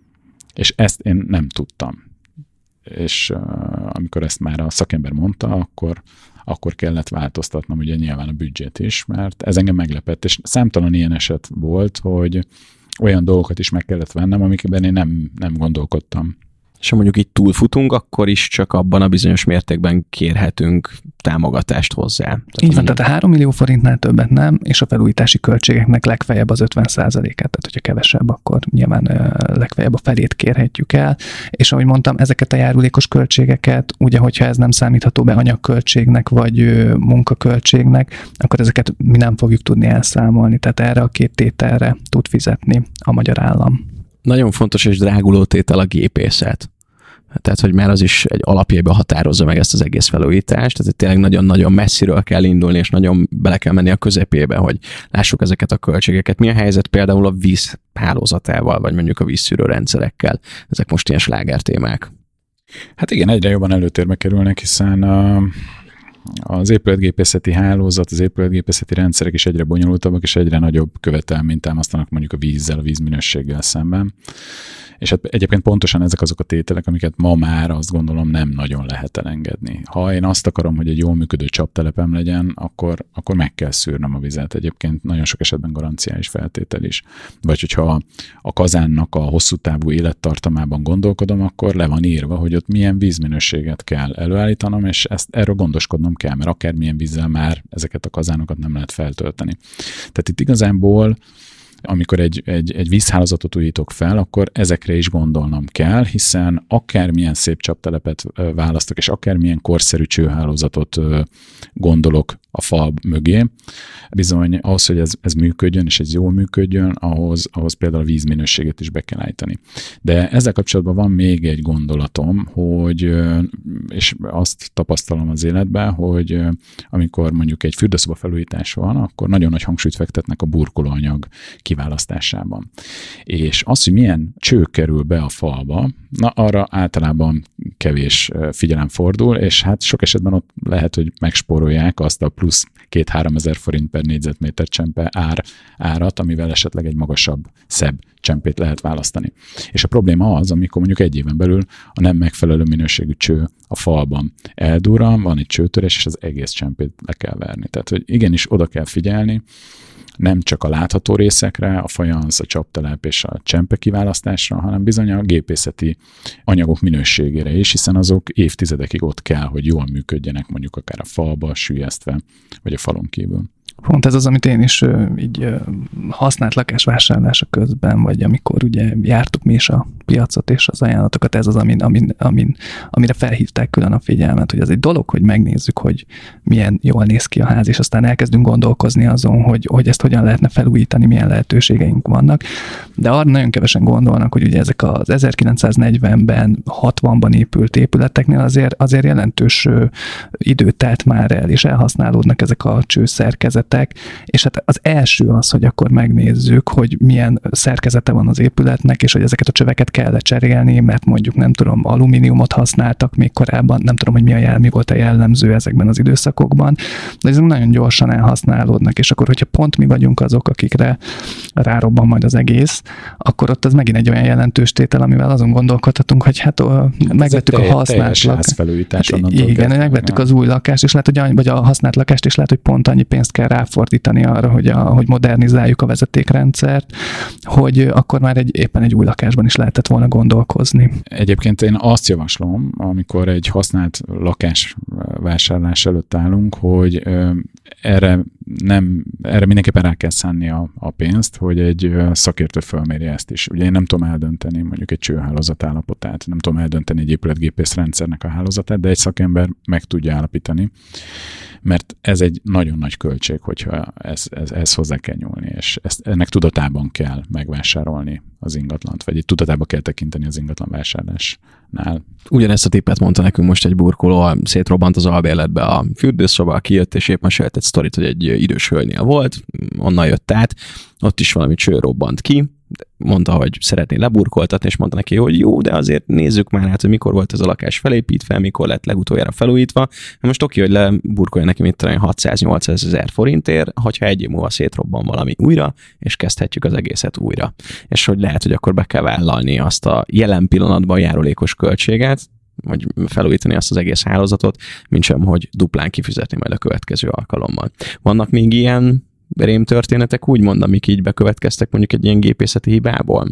És ezt én nem tudtam. És uh, amikor ezt már a szakember mondta, akkor, akkor kellett változtatnom ugye nyilván a büdzsét is, mert ez engem meglepett, és számtalan ilyen eset volt, hogy olyan dolgokat is meg kellett vennem, amikben én nem, nem gondolkodtam. És ha mondjuk itt túlfutunk, akkor is csak abban a bizonyos mértékben kérhetünk támogatást hozzá. Tehát így van, tehát a három millió forintnál többet nem, és a felújítási költségeknek legfeljebb az ötven százalékát, tehát hogyha kevesebb, akkor nyilván legfeljebb a felét kérhetjük el, és ahogy mondtam, ezeket a járulékos költségeket, ugye, hogyha ez nem számítható be anyagköltségnek, vagy munkaköltségnek, akkor ezeket mi nem fogjuk tudni elszámolni, tehát erre a két tételre tud fizetni a magyar állam. Nagyon fontos és dráguló tétel a gépészet. Tehát, hogy már az is egy alapjában határozza meg ezt az egész felújítást, tehát tényleg nagyon-nagyon messziről kell indulni, és nagyon bele kell menni a közepébe, hogy lássuk ezeket a költségeket. Mi a helyzet például a víz hálózatával, vagy mondjuk a vízszűrő rendszerekkel? Ezek most ilyen sláger témák. Hát igen, egyre jobban előtérbe kerülnek, hiszen a az épületgépészeti hálózat, az épületgépészeti rendszerek is egyre bonyolultabbak, és egyre nagyobb követelményt támasztanak mondjuk a vízzel, a vízminőséggel szemben. És hát egyébként pontosan ezek azok a tételek, amiket ma már azt gondolom nem nagyon lehet elengedni. Ha én azt akarom, hogy egy jól működő csaptelepem legyen, akkor, akkor meg kell szűrnöm a vizet. Egyébként nagyon sok esetben garanciális feltétel is. Vagy hogyha a kazánnak a hosszú távú élettartamában gondolkodom, akkor le van írva, hogy ott milyen vízminőséget kell előállítanom, és ezt erről gondoskodnom kell, mert akármilyen vízzel már ezeket a kazánokat nem lehet feltölteni. Tehát itt igazából amikor egy, egy, egy vízhálózatot újítok fel, akkor ezekre is gondolnom kell, hiszen akármilyen szép csaptelepet választok, és akármilyen korszerű csőhálózatot gondolok a fal mögé, bizony ahhoz, hogy ez, ez működjön, és ez jól működjön, ahhoz, ahhoz például a vízminőséget is be kell állítani. De ezzel kapcsolatban van még egy gondolatom, hogy, és azt tapasztalom az életben, hogy amikor mondjuk egy fürdőszoba felújítás van, akkor nagyon nagy hangsúlyt fektetnek a burkolóanyag kiválasztásában. És az, hogy milyen cső kerül be a falba, na arra általában kevés figyelem fordul, és hát sok esetben ott lehet, hogy megspórolják azt a plusz két-három ezer forint per négyzetméter csempe ár, árat, amivel esetleg egy magasabb, szebb csempét lehet választani. És a probléma az, amikor mondjuk egy éven belül a nem megfelelő minőségű cső a falban eldurran, van egy csőtörés, és az egész csempét le kell verni. Tehát, hogy igenis oda kell figyelni, nem csak a látható részekre, a fajansz, a csaptelep és a csempe kiválasztásra, hanem bizony a gépészeti anyagok minőségére is, hiszen azok évtizedekig ott kell, hogy jól működjenek, mondjuk akár a falba, süllyesztve, vagy a falon kívül. Pont ez az, amit én is így használt lakásvásárlása közben, vagy amikor ugye jártuk mi is a piacot és az ajánlatokat, ez az, amin, amin, amin, amire felhívták külön a figyelmet, hogy ez egy dolog, hogy megnézzük, hogy milyen jól néz ki a ház, és aztán elkezdünk gondolkozni azon, hogy, hogy ezt hogyan lehetne felújítani, milyen lehetőségeink vannak. De arra nagyon kevesen gondolnak, hogy ugye ezek az ezerkilencszáznegyvenben, hatvanban épült épületeknél azért, azért jelentős időt telt már el, és elhasználódnak ezek a csőszerkezetek, és hát az első az, hogy akkor megnézzük, hogy milyen szerkezete van az épületnek, és hogy ezeket a csöveket kell lecserélni, mert mondjuk nem tudom, alumíniumot használtak még korábban, nem tudom, hogy mi a jel, mi volt a jellemző ezekben az időszakokban, de ezek nagyon gyorsan elhasználódnak, és akkor, hogyha pont mi vagyunk azok, akikre rárobban majd az egész, akkor ott az megint egy olyan jelentős tétel, amivel azon gondolkodhatunk, hogy hát, hát megvettük a használt lakást. Hát, igen, megvettük az új lakást, és lehet, hogy vagy a használt lakást, és lehet, hogy pont annyi pénzt kell ráfordítani arra, hogy, a, hogy modernizáljuk a vezetékrendszert, hogy akkor már egy, éppen egy új lakásban is lehetett volna gondolkozni. Egyébként én azt javaslom, amikor egy használt lakás vásárlás előtt állunk, hogy erre nem, erre mindenképpen rá kell szánni a, a pénzt, hogy egy szakértő fölméri ezt is. Ugye én nem tudom eldönteni mondjuk egy csőhálózat állapotát, nem tudom eldönteni egy épületgépész rendszernek a hálózatát, de egy szakember meg tudja állapítani, mert ez egy nagyon nagy költség, hogyha ez, ez, ez hozzá kell nyúlni, és ezt, ennek tudatában kell megvásárolni az ingatlant, vagy egy tudatában kell tekinteni az ingatlan vásárlásnál. Ugyanezt a tippet mondta nekünk most egy burkoló, szétrobbant az albérletbe a fürdőszoba, kijött, és épp mesélt egy sztorit, hogy egy idős hölgynél volt, onnan jött át, ott is valami cső robbant ki, mondta, hogy szeretné leburkoltatni, és mondta neki, hogy jó, de azért nézzük már át, hogy mikor volt ez a lakás felépítve, mikor lett legutoljára felújítva. Most oké, hogy leburkolja neki mit talán hatszáz-nyolcszáz ezer forintért, hogyha egy év múlva szétrobban valami újra, és kezdhetjük az egészet újra. És hogy lehet, hogy akkor be kell vállalni azt a jelen pillanatban járulékos költséget, vagy felújítani azt az egész hálózatot, mint sem, hogy duplán kifizetni majd a következő alkalommal. Vannak még ilyen rémtörténetek, úgymond, amik így bekövetkeztek mondjuk egy ilyen gépészeti hibából?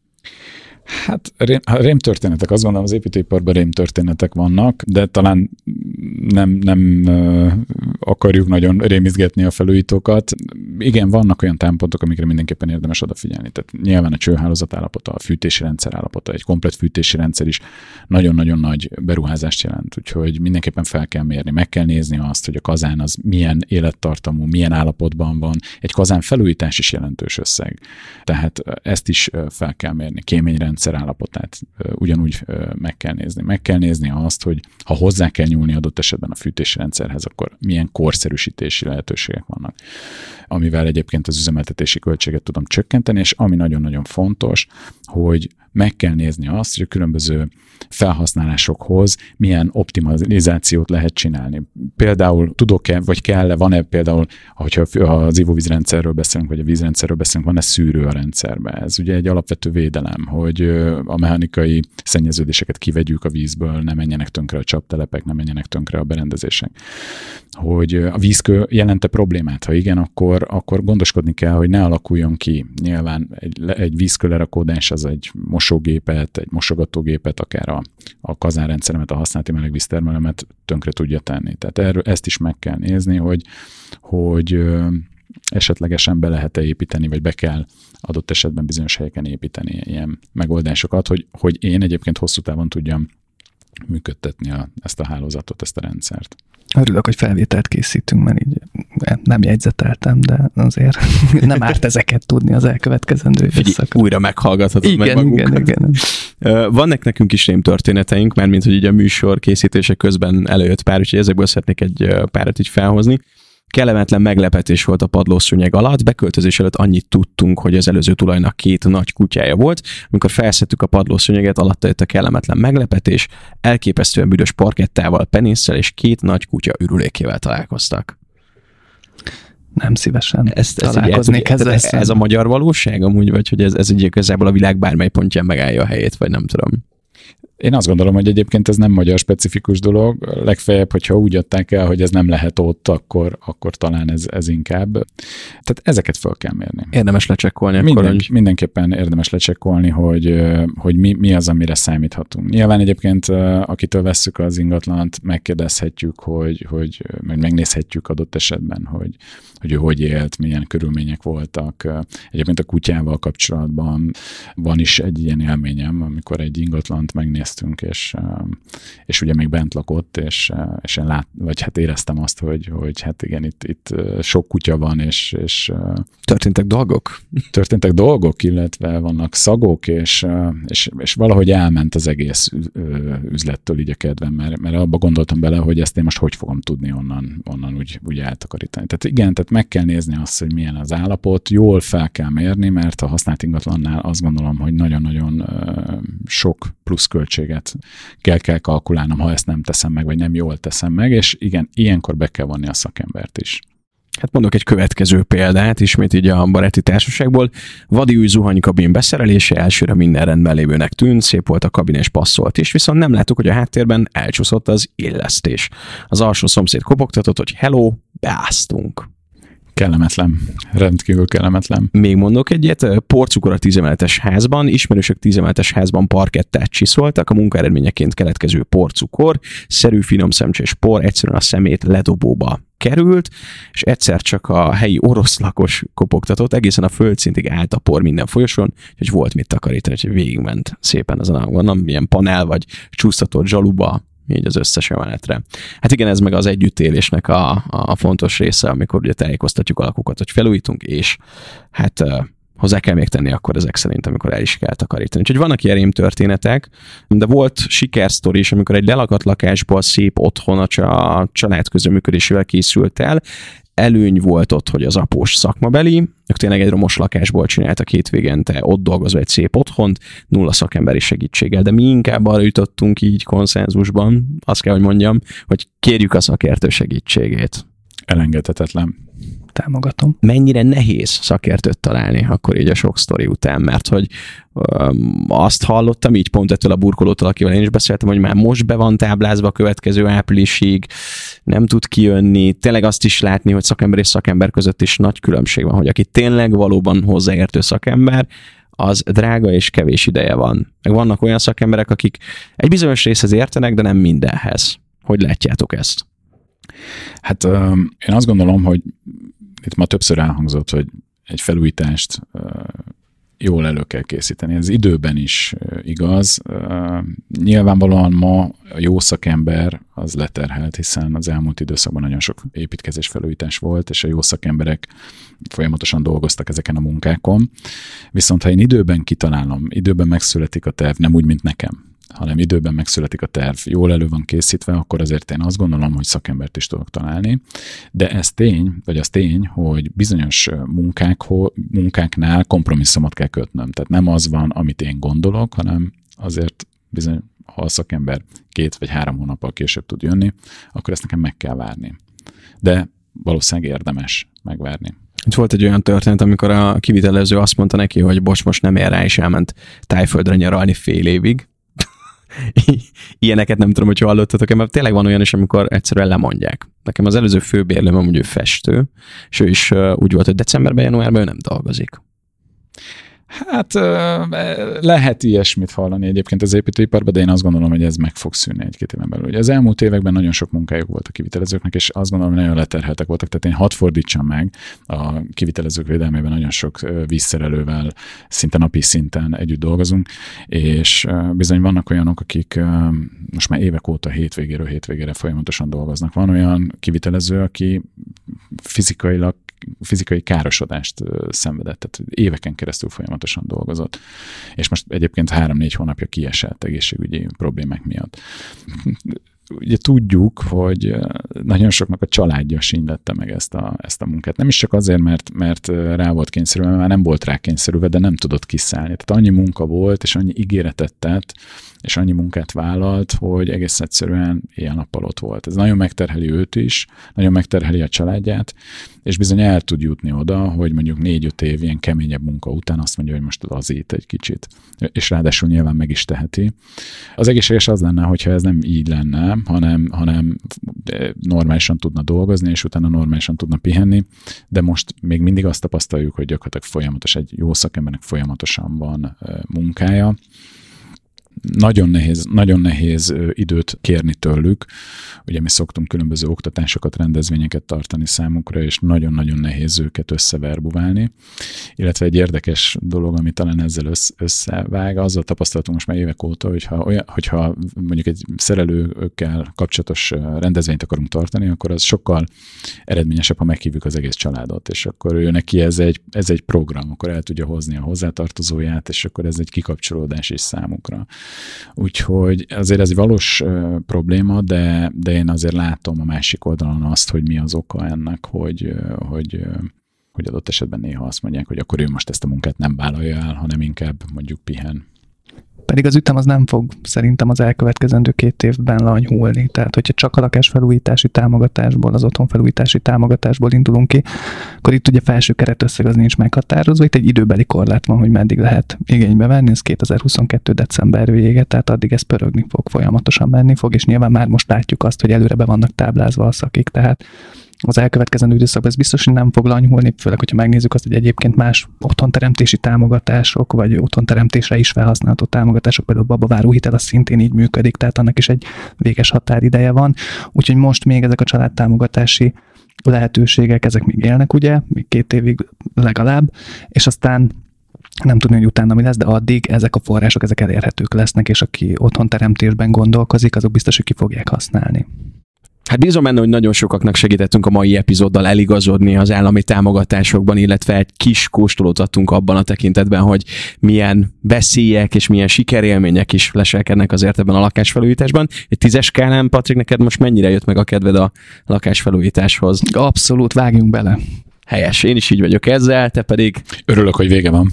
Hát rém, rémtörténetek, azt gondolom, az építőiparban rémtörténetek vannak, de talán nem, nem uh, akarjuk nagyon rémizgetni a felújítókat. Igen, vannak olyan támpontok, amikre mindenképpen érdemes odafigyelni. Tehát nyilván a csőhálózat állapota, a fűtési rendszer állapota, egy komplett fűtési rendszer is nagyon-nagyon nagy beruházást jelent, úgyhogy mindenképpen fel kell mérni, meg kell nézni azt, hogy a kazán az milyen élettartamú, milyen állapotban van. Egy kazán felújítás is jelentős összeg. Tehát ezt is fel kell mérni. Kéményrendszer állapotát ugyanúgy meg kell nézni. Meg kell nézni azt, hogy ha hozzá kell nyúlni adott esetben a fűtési rendszerhez, akkor milyen korszerűsítési lehetőségek vannak, amivel egyébként az üzemeltetési költséget tudom csökkenteni, és ami nagyon-nagyon fontos, hogy meg kell nézni azt, hogy a különböző felhasználásokhoz milyen optimalizációt lehet csinálni. Például tudok-e, vagy kell-e, van-e például, hogyha az ivóvízrendszerről beszélünk, vagy a vízrendszerről beszélünk, van-e szűrő a rendszerben? Ez ugye egy alapvető védelem, hogy a mechanikai szennyeződéseket kivegyük a vízből, ne menjenek tönkre a csaptelepek, ne menjenek tönkre a berendezések. Hogy a vízkő jelente problémát, ha igen, akkor, akkor gondoskodni kell, hogy ne alakuljon ki. Nyilván egy, egy vízkőlerakódás az egy mosógépet, egy mosogatógépet, akár a, a kazánrendszeremet, a használati melegvíztermelőmet tönkre tudja tenni. Tehát erről, ezt is meg kell nézni, hogy, hogy ö, esetlegesen be lehet-e építeni, vagy be kell adott esetben bizonyos helyeken építeni ilyen megoldásokat, hogy, hogy én egyébként hosszú távon tudjam működtetni a, ezt a hálózatot, ezt a rendszert. Örülök, hogy felvételt készítünk, mert így nem jegyzeteltem, de azért nem árt ezeket tudni az elkövetkezendő időszakban. Újra meghallgathatod igen, meg magunkat. Igen, igen. Vannak nekünk is rémtörténeteink, mert mint hogy így a műsor készítése közben előjött pár, úgyhogy ezekből szeretnék egy párat így felhozni. Kellemetlen meglepetés volt a padlószőnyeg alatt, beköltözés előtt annyit tudtunk, hogy az előző tulajnak két nagy kutyája volt. Amikor felszedtük a padlószőnyeget, alatta jött a kellemetlen meglepetés, elképesztően büdös parkettával, penésszel és két nagy kutya ürülékével találkoztak. Nem szívesen ezt, ezt találkoznék ezzel. Ez, ez a magyar valóság amúgy, vagy hogy ez, ez így igazából a világ bármely pontján megállja a helyét, vagy nem tudom. Én azt gondolom, hogy egyébként ez nem magyar specifikus dolog. Legfeljebb, hogyha úgy adták el, hogy ez nem lehet ott, akkor, akkor talán ez, ez inkább. Tehát ezeket fel kell mérni. Érdemes lecsekkolni. Minden, akkor, hogy... Mindenképpen érdemes lecsekkolni, hogy, hogy mi, mi az, amire számíthatunk. Nyilván egyébként, akitől vesszük az ingatlant, megkérdezhetjük, hogy, hogy meg megnézhetjük adott esetben, hogy, hogy ő hogy élt, milyen körülmények voltak. Egyébként a kutyával kapcsolatban van is egy ilyen élményem, amikor egy ingatlant megnéztünk, és, és ugye még bent lakott, és, és én lát, vagy hát éreztem azt, hogy, hogy hát igen, itt, itt sok kutya van, és, és történtek dolgok? Történtek dolgok, illetve vannak szagok, és, és, és valahogy elment az egész üzlettől így a kedvem, mert, mert abba gondoltam bele, hogy ezt én most hogy fogom tudni onnan, onnan úgy, úgy eltakarítani. Tehát igen, tehát meg kell nézni azt, hogy milyen az állapot, jól fel kell mérni, mert a használt ingatlannál azt gondolom, hogy nagyon-nagyon sok plusz költséget kell, kell kalkulálnom, ha ezt nem teszem meg, vagy nem jól teszem meg, és igen, ilyenkor be kell vonni a szakembert is. Hát mondok egy következő példát, ismét így a baráti társaságból. Vadi új zuhanykabin beszerelése elsőre minden rendben lévőnek tűnt, szép volt a kabin és passzolt is, viszont nem láttuk, hogy a háttérben elcsúszott az illesztés. Az alsó szomszéd kopogtatott, hogy hello, beáztunk. Kellemetlen, rendkívül kellemetlen. Még mondok egyet, porcukor a tízemeletes házban, ismerősök tízemeletes házban parkettát csiszoltak, a munkaeredményeként keletkező porcukor, szerű finom szemcsés por egyszerűen a szemét ledobóba került, és egyszer csak a helyi orosz lakos kopogtatott, egészen a földszintig állt a por minden folyosón, hogy volt mit takarítani, hogy végigment szépen azon a, nem milyen panel vagy csúsztatott zsaluba, így az összes emeletre. Hát igen, ez meg az együttélésnek a, a fontos része, amikor ugye tájékoztatjuk a lakókat, hogy felújítunk, és hát uh, hozzá kell még tenni akkor ezek szerint, amikor el is kell takarítani. Úgyhogy vannak ilyen rém történetek, de volt sikersztori is, amikor egy lelakadt lakásból szép otthon a család közöműködésével készült el. Előny volt ott, hogy az após szakmabeli, ők tényleg egy romos lakásból csináltak hétvégente, ott dolgozva egy szép otthont, nulla szakemberi segítséggel, de mi inkább arra jutottunk így konszenzusban, azt kell, hogy mondjam, hogy kérjük a szakértő segítségét. Elengedhetetlen. Támogatom. Mennyire nehéz szakértőt találni akkor így a sok sztori után, mert hogy öm, azt hallottam így pont ettől a burkolótól, akivel én is beszéltem, hogy már most be van táblázva a következő áprilisig, nem tud kijönni, tényleg azt is látni, hogy szakember és szakember között is nagy különbség van, hogy aki tényleg valóban hozzáértő szakember, az drága és kevés ideje van. Meg vannak olyan szakemberek, akik egy bizonyos részhez értenek, de nem mindenhez. Hogy látjátok ezt? Hát öm, én azt gondolom, hogy itt ma többször elhangzott, hogy egy felújítást jól elő kell készíteni. Ez időben is igaz. Nyilvánvalóan ma a jó szakember az leterhelt, hiszen az elmúlt időszakban nagyon sok építkezés felújítás volt, és a jó szakemberek folyamatosan dolgoztak ezeken a munkákon. Viszont ha én időben kitalálom, időben megszületik a terv, nem úgy, mint nekem, hanem időben megszületik a terv, jól elő van készítve, akkor azért én azt gondolom, hogy szakembert is tudok találni. De ez tény, vagy az tény, hogy bizonyos munkák, munkáknál kompromisszumot kell kötnöm. Tehát nem az van, amit én gondolok, hanem azért bizony, ha a szakember két vagy három hónappal később tud jönni, akkor ezt nekem meg kell várni. De valószínűleg érdemes megvárni. Itt volt egy olyan történet, amikor a kivitelező azt mondta neki, hogy bocs, most nem ér rá, és elment Tájföldre nyaralni fél évig. Ilyeneket nem tudom, hogy hallottatok-e, mert tényleg van olyan is, amikor egyszerűen lemondják. Nekem az előző főbérlőm amúgy ő festő, és ő is úgy volt, hogy decemberben, januárban ő nem dolgozik. Hát lehet ilyesmit hallani egyébként az építőiparban, de én azt gondolom, hogy ez meg fog szűnni egy-két éven belül. Ugye az elmúlt években nagyon sok munkájuk volt a kivitelezőknek, és azt gondolom, hogy nagyon leterheltek voltak, tehát én hadd fordítsam meg, a kivitelezők védelmében nagyon sok vízszerelővel szinte napi szinten együtt dolgozunk, és bizony vannak olyanok, akik most már évek óta hétvégéről hétvégére folyamatosan dolgoznak. Van olyan kivitelező, aki fizikailag fizikai károsodást szenvedett, tehát éveken keresztül folyamatosan dolgozott. És most egyébként három-négy hónapja kiesett egészségügyi problémák miatt. ugye tudjuk, hogy nagyon soknak a családja sínylette meg ezt a, ezt a munkát. Nem is csak azért, mert, mert rá volt kényszerülve, mert már nem volt rá kényszerülve, de nem tudott kiszállni. Tehát annyi munka volt, és annyi ígéretet tett, és annyi munkát vállalt, hogy egész egyszerűen éjjel-nappal ott volt. Ez nagyon megterheli őt is, nagyon megterheli a családját, és bizony el tud jutni oda, hogy mondjuk négy-öt év ilyen keményebb munka után azt mondja, hogy most lazít egy kicsit. És ráadásul nyilván meg is teheti. Az egészséges az lenne, hogyha ez nem így lenne, hanem, hanem normálisan tudna dolgozni, és utána normálisan tudna pihenni, de most még mindig azt tapasztaljuk, hogy gyakorlatilag folyamatos, egy jó szakembernek folyamatosan van munkája. Nagyon nehéz, nagyon nehéz időt kérni tőlük. Ugye mi szoktunk különböző oktatásokat, rendezvényeket tartani számukra, és nagyon-nagyon nehéz őket összeverbuválni. Illetve egy érdekes dolog, ami talán ezzel összevág, azzal tapasztalatunk most már évek óta, hogyha, olyan, hogyha mondjuk egy szerelőkkel kapcsolatos rendezvényt akarunk tartani, akkor az sokkal eredményesebb, ha meghívjuk az egész családot, és akkor ő neki ez egy, ez egy program, akkor el tudja hozni a hozzátartozóját, és akkor ez egy kikapcsolódás is számukra. Úgyhogy azért ez egy valós uh, probléma, de, de én azért látom a másik oldalon azt, hogy mi az oka ennek, hogy, uh, hogy, uh, hogy adott esetben néha azt mondják, hogy akkor ő most ezt a munkát nem vállalja el, hanem inkább mondjuk pihen. Pedig az ütem az nem fog szerintem az elkövetkezendő két évben lanyhulni. Tehát, hogyha csak a lakásfelújítási támogatásból, az otthonfelújítási támogatásból indulunk ki, akkor itt ugye felső keretösszeg az nincs meghatározva, itt egy időbeli korlát van, hogy meddig lehet igénybe venni, ez kétezer-huszonkettő december vége, tehát addig ez pörögni fog, folyamatosan menni fog, és nyilván már most látjuk azt, hogy előre be vannak táblázva a szakik, tehát az elkövetkezendő időszakban ez biztos, hogy nem fog lanyhulni, főleg, hogyha megnézzük azt, hogy egyébként más otthonteremtési támogatások, vagy otthonteremtésre is felhasználható támogatások, például a babaváró hitel, az szintén így működik, tehát annak is egy véges határideje van. Úgyhogy most még ezek a családtámogatási lehetőségek, ezek még élnek, ugye, még két évig legalább, és aztán nem tudni, hogy utána mi lesz, de addig ezek a források, ezek elérhetők lesznek, és aki otthonteremtésben gondolkozik, azok biztos, hogy ki fogják használni. Hát bízom benne, hogy nagyon sokaknak segítettünk a mai epizóddal eligazodni az állami támogatásokban, illetve egy kis kóstolót adtunk abban a tekintetben, hogy milyen veszélyek és milyen sikerélmények is leselkednek azért ebben a lakásfelújításban. Egy tízes skálán, Patrik, neked most mennyire jött meg a kedved a lakásfelújításhoz? Abszolút, vágjunk bele. Helyes, én is így vagyok ezzel, te pedig... Örülök, hogy vége van.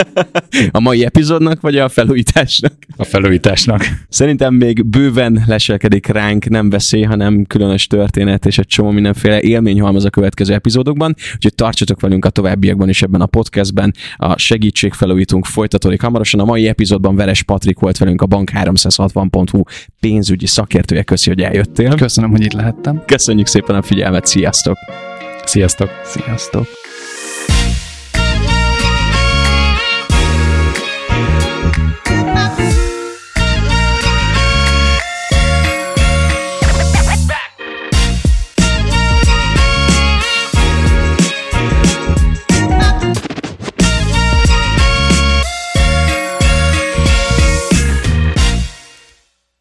A mai epizódnak, vagy a felújításnak? A felújításnak. Szerintem még bőven leselkedik ránk nem veszély, hanem különös történet, és egy csomó mindenféle élményhalmaz a következő epizódokban, úgyhogy tartsatok velünk a továbbiakban is ebben a podcastben. A segítségfelújítunk folytatódik hamarosan. A mai epizódban Veres Patrik volt velünk, a bank háromszázhatvan pont hu pénzügyi szakértője. Köszi, hogy eljöttél. Köszönöm, hogy itt lehettem. Köszönjük szépen a figyelmet, sziasztok! Sziasztok! Sziasztok!